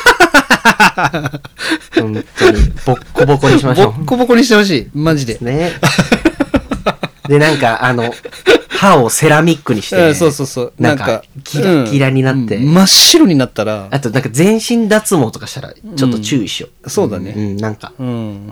本当にボッコボコにしましょう。 ボッコボコにしてほしいマジで。 ね。でなんかあの歯をセラミックにして、ね、 そうそうそうなんかキラキラになって、 うん、真っ白になったらあとなんか全身脱毛とかしたらちょっと注意しよう、 うん、そうだね、 うん、なんか、うん、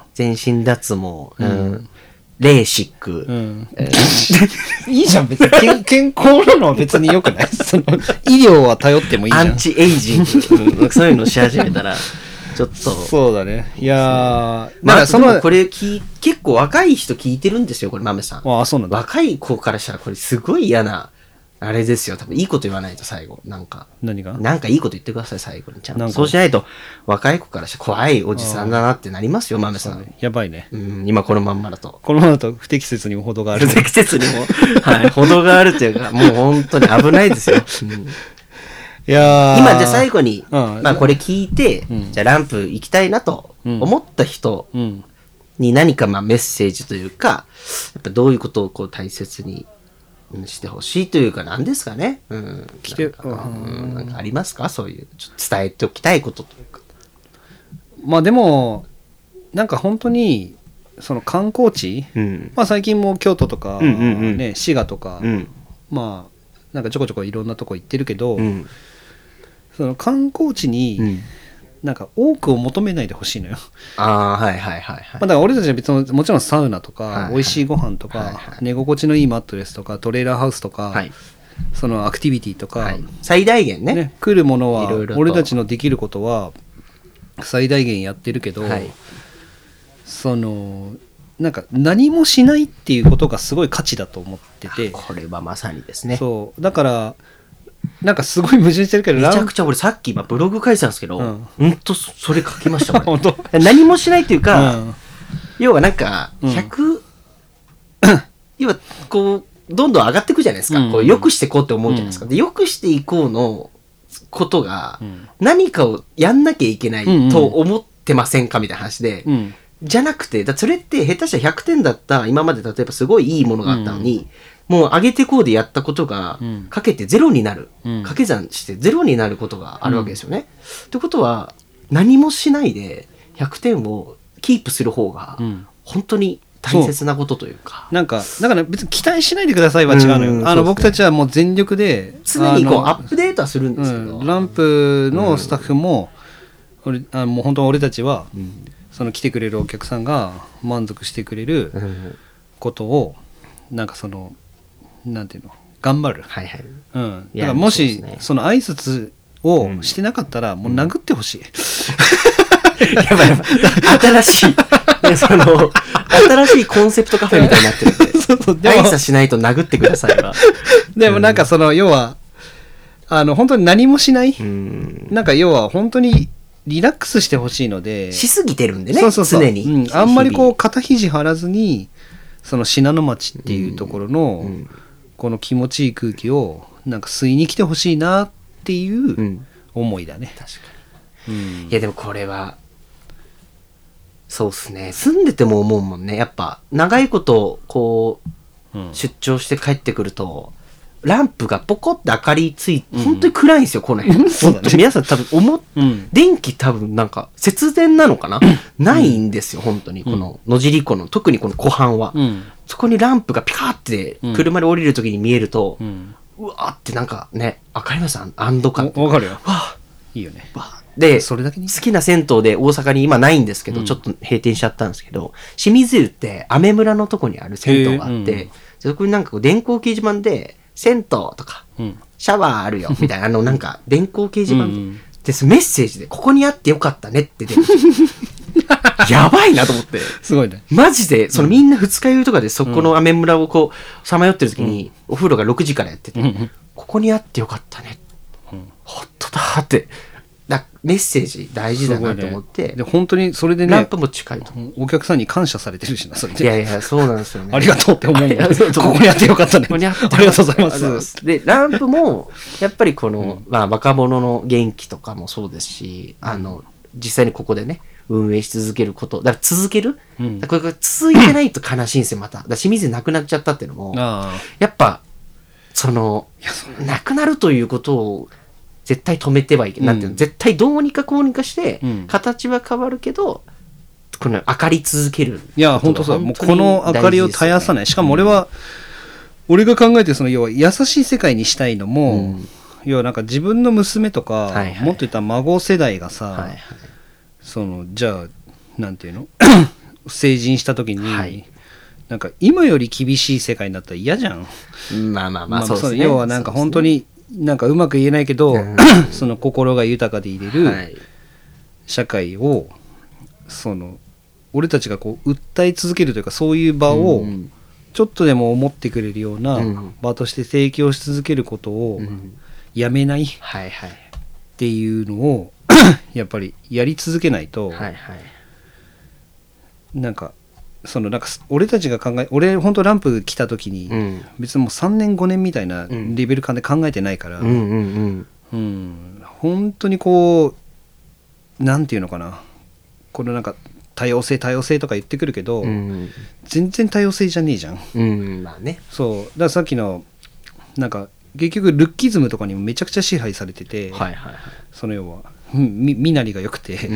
全身脱毛、うん、レーシック、うんえー、いいじゃん別に健康なのは別に良くないその医療は頼ってもいいじゃんアンチエイジング、うん、そういうのし始めたらちょっとそうだねいやーまあそのこれき結構若い人聞いてるんですよこれ豆さん。 ああそうなんだ。 若い子からしたらこれすごい嫌なあれですよ多分いいこと言わないと最後なんか何がなんかいいこと言ってください最後にちゃんとそうしないと若い子からしたら怖いおじさんだなってなりますよ豆さん、 ね、やばいね、 うん、今このまんまだとこのままだと不適切にも程がある不適切にもはい程があるっていうかもう本当に危ないですよ、うんいや今じゃあ最後に、うん、まあこれ聞いて、うん、じゃあランプ行きたいなと思った人に何かまあメッセージというか、やっぱどういうことをこう大切にしてほしいというか、何ですかね。うん。 来て、 なんか、うん、なんかありますか、そういう、ちょっと伝えておきたいことというか。 まあでも、なんか本当に、その観光地、うん、まあ最近も京都とか、うんうんうんね、滋賀とか、うん、まあ、なんかちょこちょこいろんなとこ行ってるけど、うん、その観光地に、うんなんか多くを求めないでほしいのよ。 ああ、はいはいはい、はい。 まあだから俺たちは別にもちろんサウナとか、はいはい、美味しいご飯とか、はいはい、寝心地のいいマットレスとか、トレーラーハウスとか、はい、そのアクティビティとか、はい、 最大限 ね, ね来るものは俺たちのできることは最大限やってるけど、はい、そのなんか何もしないっていうことがすごい価値だと思ってて、 これはまさにですね。 そうだからなんかすごい矛盾してるけど、 めちゃくちゃ俺さっき今ブログ書いてたんですけど、うん、ほんとそれ書きましたもん。何もしないっていうか、うん、要はなんかひゃく、うん、要はこうどんどん上がっていくじゃないですか、うん、こう良くしていこうって思うじゃないですか、うん、で良くしていこうのことが何かをやんなきゃいけないと思ってませんかみたいな話で、うん、じゃなくてだそれって下手したらひゃくてんだった今まで例えばすごいいいものがあったのに、うん、もう上げてこうでやったことがかけてゼロになる、うん、掛け算してゼロになることがあるわけですよね、うん、ってことは何もしないでひゃくてんをキープする方が本当に大切なことというか、 なんかだから別に期待しないでくださいは違うのよ、うん、あの、ね、僕たちはもう全力で常にこうアップデートはするんですけど、 うん、ランプのスタッフも、うん、俺あもう本当俺たちは、うん、その来てくれるお客さんが満足してくれることをなんかそのなんていうの頑張る、はいはい、うん、だからもし そ,、ね、その挨拶をしてなかったらもう殴ってほしい、 うん、やばいやばい新しいその新しいコンセプトカフェみたいになってるんでそうそうでも挨拶しないと殴ってくださいはでもなんかその要はあの本当に何もしない、うん、なんか要は本当にリラックスしてほしいのでしすぎてるんでね、 そうそうそう常に、 うん、あんまりこう肩肘張らずにその信濃町っていうところの、うんうん、この気持ちいい空気をなんか吸いに来てほしいなっていう思いだね、 うん、確かに、うん、いやでもこれはそうっすね住んでても思うもんねやっぱ長いことこう、うん、出張して帰ってくるとランプがポコって明かりついて、うん、本当に暗いんですよこの辺、うん、本当に皆さん多分思っ、うん、電気多分なんか節電なのかな、うん、ないんですよ本当にこの野尻湖の特にこの湖畔は、うん、そこにランプがピカーって車で降りる時に見えると、うん、うわーってなんかねわかります安堵感わかるよわいいよねわでそれだけに好きな銭湯で大阪に今ないんですけど、うん、ちょっと閉店しちゃったんですけど清水湯ってアメ村のとこにある銭湯があって、うん、そこになんかこう電光掲示板で銭湯とか、うん、シャワーあるよみたいなあのなんか電光掲示板で、うん、ですメッセージでここにあってよかったねって出るやばいなと思ってすごいねマジでそのみんな二日酔いとかでそこのアメ村をこうさまよってる時に、うん、お風呂がろくじからやってて、うん、ここにあってよかったね、うん、ほっとだってだメッセージ大事だなと思って、 ね、で本当にそれでねランプも近いとお客さんに感謝されてるしなそれでいやいやそうなんですよねありがとうって思うもんここにあってよかったねありがとうございますでランプもやっぱりこの、うんまあ、若者の元気とかもそうですしあの実際にここでね運営し続けることだから続ける、うん、これが続いてないと悲しいんですよまただから清水なくなっちゃったっていうのもやっぱそのなくなるということを絶対止めてはいけない、うん、なんていうの絶対どうにかこうにかして、うん、形は変わるけどこの明かり続けるいや本当そうもうこの明かりを絶やさないしかも俺は、うん、俺が考えてるその要は優しい世界にしたいのも、うん、要はなんか自分の娘とか、はいはい、もっと言ったら孫世代がさ、はいはい、そのじゃあなんていうの成人した時に、はい、なんか今より厳しい世界になったら嫌じゃんまあまあまあそうですね要はなんか本当になんかうまく言えないけど、うん、その心が豊かでいれる社会をその俺たちがこう訴え続けるというかそういう場をちょっとでも思ってくれるような場として提供し続けることをやめないっていうのをやっぱりやり続けないとなんかそのなんか俺たちが考え俺本当ランプ来た時に、うん、別にもうさんねんごねんみたいなレベル感で考えてないから、うんうんうんうん、本当にこうなんていうのかなこのなんか多様性多様性とか言ってくるけど、 うん、 全然多様性じゃねえじゃん。 うん、まあね。 そうだからさっきのなんか結局ルッキズムとかにもめちゃくちゃ支配されてて、 はいはいはい、 その要はみ身なりが良くて、うん、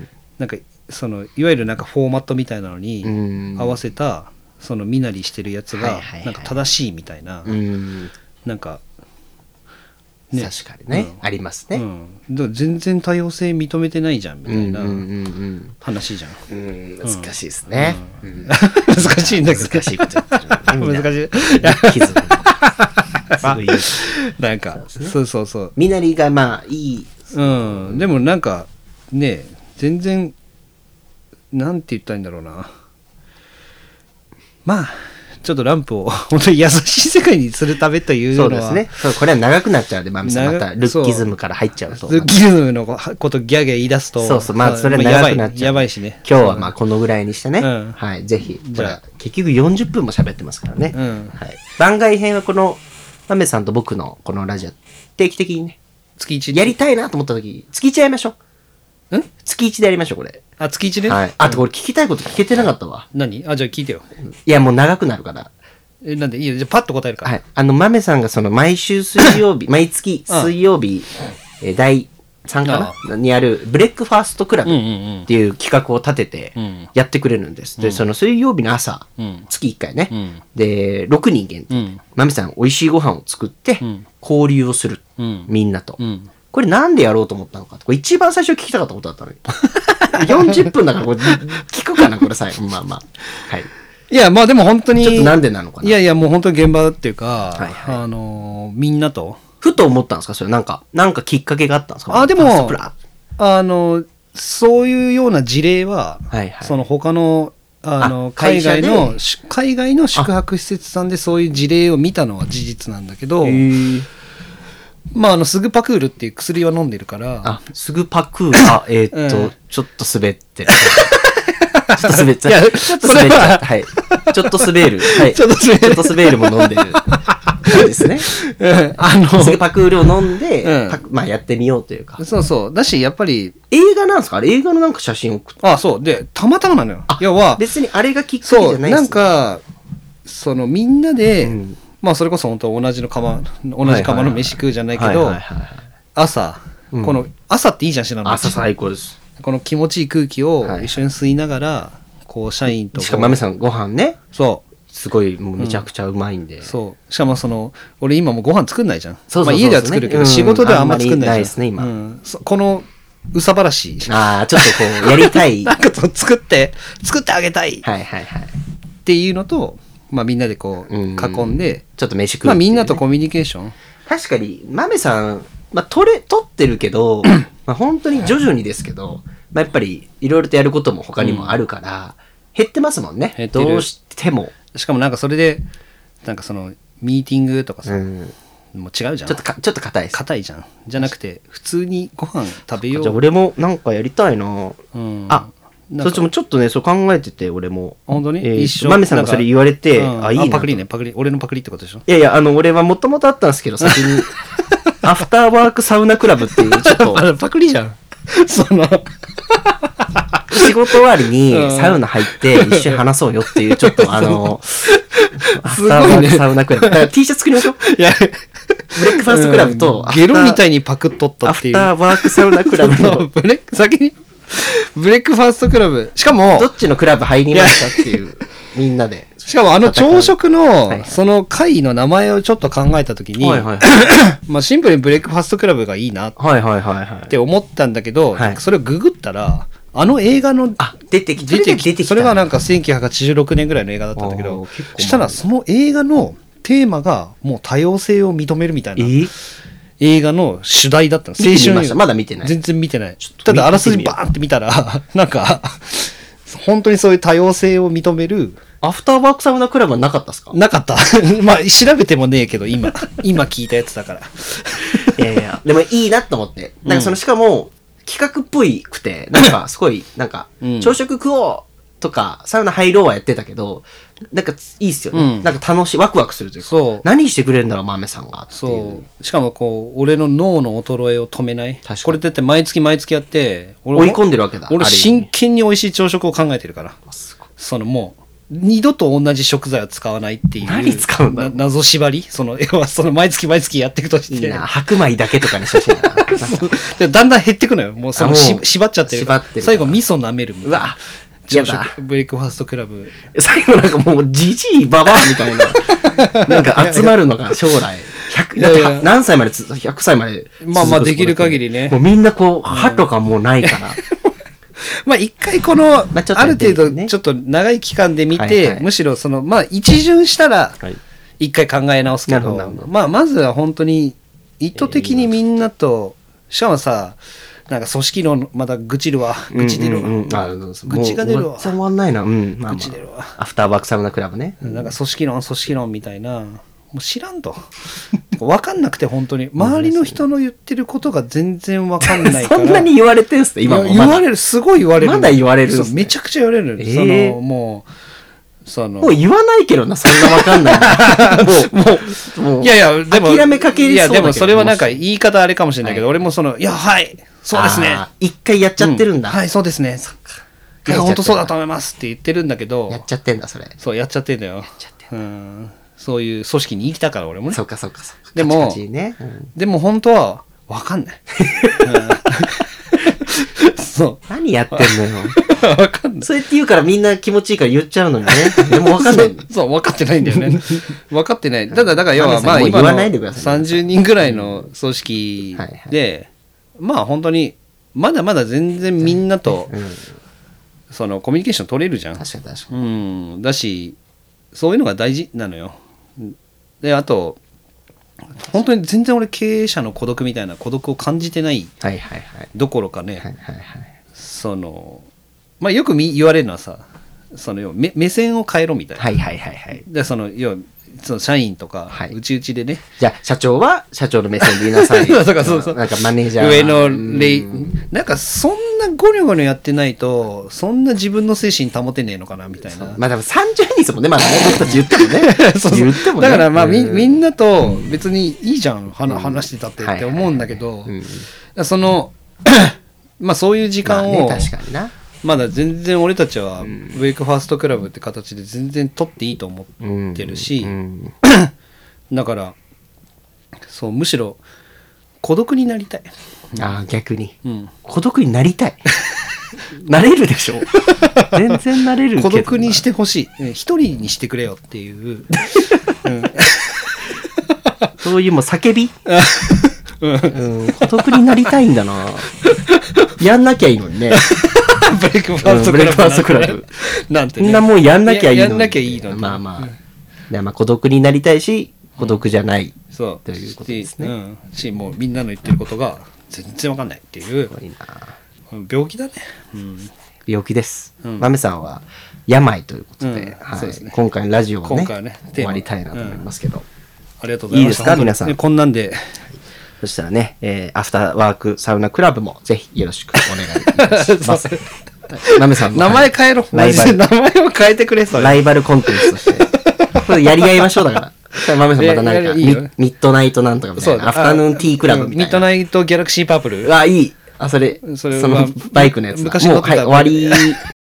なんかそのいわゆるなんかフォーマットみたいなのに合わせたその身なりしてるやつがなんか正しいみたいな、うん、なんか、 ね、確かにね、うん、ありますね、 うん、だから全然多様性認めてないじゃんみたいな話じゃん、 うんうんうん、難しいですね、 うんうん、難しいんだけど難しいこと言ってる難しい傷なんかそう、ね、そうそうそう身なりがまあいい、 うん、でもなんかね全然なんて言ったらいいんだろうな、まあちょっとランプを本当に優しい世界にするためというのはそうですね、そうこれは長くなっちゃうでマミさんまたルッキズムから入っちゃうとルッキズムのことギャギャ言い出すとそうそうまあそれは長くなっちゃう、 やばいしね今日はまあこのぐらいにしてね、うん、はいぜひじゃあ結局よんじゅっぷんも喋ってますからね、うんはい、番外編はこのマメさんと僕のこのラジオ定期的にね月一やりたいなと思った時月一やりましょう。ん月一でやりましょうこれ。 あ月一で、 はい、あとこれ聞きたいこと聞けてなかったわ。 何あじゃあ聞いてよ。 いやもう長くなるから。 えなんでいいよじゃあパッと答えるから。 はいあのマメさんがその毎週水曜日毎月水曜日えだいさんかなにあるブレックファーストクラブっていう企画を立ててやってくれるんです、うん、でその水曜日の朝、うん、月いっかいね、うん、でろくにん限定、うん、マメさん美味しいご飯を作って交流をする、うん、みんなと、うん、これなんでやろうと思ったのかこれ一番最初聞きたかったことだったのによんじゅっぷんだからこれ聞くかなこれさまあまあはいいやまあでも本当にちょっとなんでなのかないやいやもう本当に現場っていうか、はいはい、あのー、みんなとふと思ったんですかそれなんかなんかきっかけがあったんですかあでもあのそういうような事例は、はいはい、その他のあの海外の海外の宿泊施設さんでそういう事例を見たのは事実なんだけどまああのスグパクールっていう薬は飲んでるからあスグパクールあえー、っと、うん、ちょっと滑ってるちょっと滑っちゃったちょっと滑っちゃったはいちょっと滑るはいちょっと滑るちょっと滑るも飲んでるそうですね。あのスグパクールを飲んで、うん、まあやってみようというか。 そうそう。だしやっぱり映画なんですかあれ映画のなんか写真送って。 あそうでたまたまなのよ。要は別にあれがきっかけじゃないですね。 なんかそのみんなで、うん、まあそれこそ本当同じの釜同じ釜の飯食うじゃないけど朝、うん、この朝っていいじゃんしなの。 朝最高です。 この気持ちいい空気を一緒に吸いながら、はい、こう社員としかも豆さんご飯ね。 そう。 すごいもうめちゃくちゃうまいんで、 うん、そうしかもその俺今もうご飯作んないじゃん。そうそうそうそう、まあ、家では作るけど、うん、仕事ではあんま作んないじゃん。ないですね今、うん、このうさばらしああちょっとこうやりたいなんか作って作ってあげたいはいはいはいっていうのと、まあ、みんなでこう囲んで、うん、 ちょっと飯食う、ね、 まあ、みんなとコミュニケーション確かに豆さん、まあ、取れ取ってるけどまあ本当に徐々にですけど、まあ、やっぱりいろいろとやることも他にもあるから、うん、減ってますもんね。どうしてもしかもなんかそれでなんかそのミーティングとかさ、うん、もう違うじゃん。ちょっとかちょっと硬いです。 硬いじゃん。じゃなくて普通にご飯食べよう。 じゃあ俺もなんかやりたいな。うん、あ、そっちもちょっとねそう考えてて俺も。 本当に？ えー、一緒。マメさんがそれ言われて、うん、 あいいな。パクリねパクリ。俺のパクリってことでしょ。 いやいやあの俺はもともとあったんですけど先にアフターワークサウナクラブっていうちょっとパクリじゃん。その仕事終わりにサウナ入って一緒に話そうよっていうちょっとあのアフターワークサウナクラブ、ね、T シャツ作りましょう。いやブレックファーストクラブと、 うん、ゲロみたいにパクっとったっていう。 アフターワークサウナクラブのブレ先にブレックファーストクラブしかもどっちのクラブ入りましたっていうみんなでしかもあの朝食のその会の名前をちょっと考えたときに、はいはいはい、まあシンプルにブレックファーストクラブがいいなって思ったんだけど、はい、それをググったらあの映画のあ出てき出てきてそれがなんかせんきゅうひゃくはちじゅうろくねんぐらいの映画だったんだけどしたらその映画のテーマがもう多様性を認めるみたいな映画の主題だったの。 青春映画まだ見てない。 全然見てない。ただあらすじバーンって見たらなんか本当にそういう多様性を認める。 アフターワークサウナクラブはなかったっすか？ なかった。まあ調べてもねえけど今今聞いたやつだから。 いやいやでもいいなと思ってなんかそのしかも企画っぽいくてなんかすごいなんか朝食食おうとか、サウナ入ろうはやってたけど、なんかいいっすよね。うん、なんか楽しい、ワクワクするというか。そう。何してくれるんだろう、豆さんが。 そう。しかもこう、俺の脳の衰えを止めない。これだって毎月毎月やって、 俺追い込んでるわけだ。 俺真剣に美味しい朝食を考えてるから。そのもう、二度と同じ食材を使わないっていう。 何使うんだろう。 謎縛りその、要はその毎月毎月やっていくとして。 いいな、白米だけとかにしてほしいな。だんだん減ってくのよ。もうそのし縛っちゃってる。縛ってる。最後味噌舐めるみたいな。うわ。朝食ブレイクファーストクラブ最後なんかもうじじいばばみたいななんか集まるのが将来ひゃくだって何歳までひゃくさいまでまあまあできる限りねもうみんなこう歯とかもうないからまあ一回このある程度ちょっと長い期間で見てむしろそのまあ一巡したら一回考え直すけどまあまずは本当に意図的にみんなとしかもさなんか組織論まだ愚痴るわ愚痴出るわ、うんうん、あ愚痴が出るわ終わんないな、うんまあまあ、愚痴出るわアフターバックサウナクラブね、 なんか組織論組織論みたいなもう知らんと分かんなくて本当に周りの人の言ってることが全然分かんないからそんなに言われてんすね今も言われるすごい言われるまだ言われるんす、ね、 めちゃくちゃ言われる、えー、そのもうそのもう言わないけどな、そんなわかんない。もう、もう、 いやいや、でも、 諦めかけりそうだけど。 いや、でもそれはなんか言い方あれかもしれないけど、はい、俺もその、いや、はい、そうですね。 一回やっちゃってるんだ。 うん、はい、そうですね。そっか。いや、本当そうだと思いますって言ってるんだけど。 やっちゃってんだ、それ。 そう、やっちゃってんだよ。 やっちゃってんだ。 うん。そういう組織に生きたから、俺もね。 そっかそっかそっか。 でも、 カチカチねうん、 でも本当は、わかんない。そう。 何やってんのよ。 わかんない。 そうやって言うからみんな気持ちいいから言っちゃうのにね。でもわかんない。 そう、分かってないんだよね。分かってない。ただ、だから要は、まあ今のさんじゅうにんぐらいの組織で、まあ本当に、まだまだ全然みんなと、そのコミュニケーション取れるじゃん。 確かに確かに。うん。だし、そういうのが大事なのよ。で、あと、本当に全然俺経営者の孤独みたいな孤独を感じてないどころかね、そのまあよく言われるのはさその要目目線を変えろみたいな、 はいはいはいはい、 でその要はその社員とか、はい、うちうちでねじゃあ社長は社長の目線で言いなさいそうそうそうなんかマネージャー上のレイなんかそんなゴニョゴニョやってないとそんな自分の精神保てねえのかなみたいなまあでもさんじゅうにんですもんねまだね僕たち言ってもねそうそう言ってもねだからまあみみんなと別にいいじゃん、うん、話してたってって思うんだけどそのまあそういう時間を、 まあね、確かになまだ全然俺たちはウェイクファーストクラブって形で全然取っていいと思ってるし、うんうん、だからそうむしろ孤独になりたい。 ああ逆に、 うん、 孤独になりたいなれるでしょ全然なれるけど孤独にしてほしい一人にしてくれよっていう、うん、 そういうもう叫びうん、孤独になりたいんだなやんなきゃいいのにねブレイクファーストクラブ、うん、ブレイクファーストクラブなんてねみんなもうやんなきゃいいのにやんなきゃいいのにまあまあ、でまあ孤独になりたいし孤独じゃない、うん、そうということですね、 うん、しもうみんなの言ってることが全然わかんないっていうすごいな病気だね、うん、 病気です、うん、豆さんは病ということで、うんはい、ね、今回のラジオを ね, ね終わりたいなと思いますけど、うん、 ありがとうございました。 いいですか皆さんこんなんでそしたらね、えー、アフターワークサウナクラブもぜひよろしくお願いいたしますなめさん名前変えろライバル名前を変えてくれそれライバルコンテンツとしてこれやり合いましょうだからマメさんまたなんかいいミッドナイトなんとかみたいなアフタヌーンティークラブみたいなミッドナイトギャラクシーパープルあいいあそれそのバイクのやつ昔のもう、はい、終わり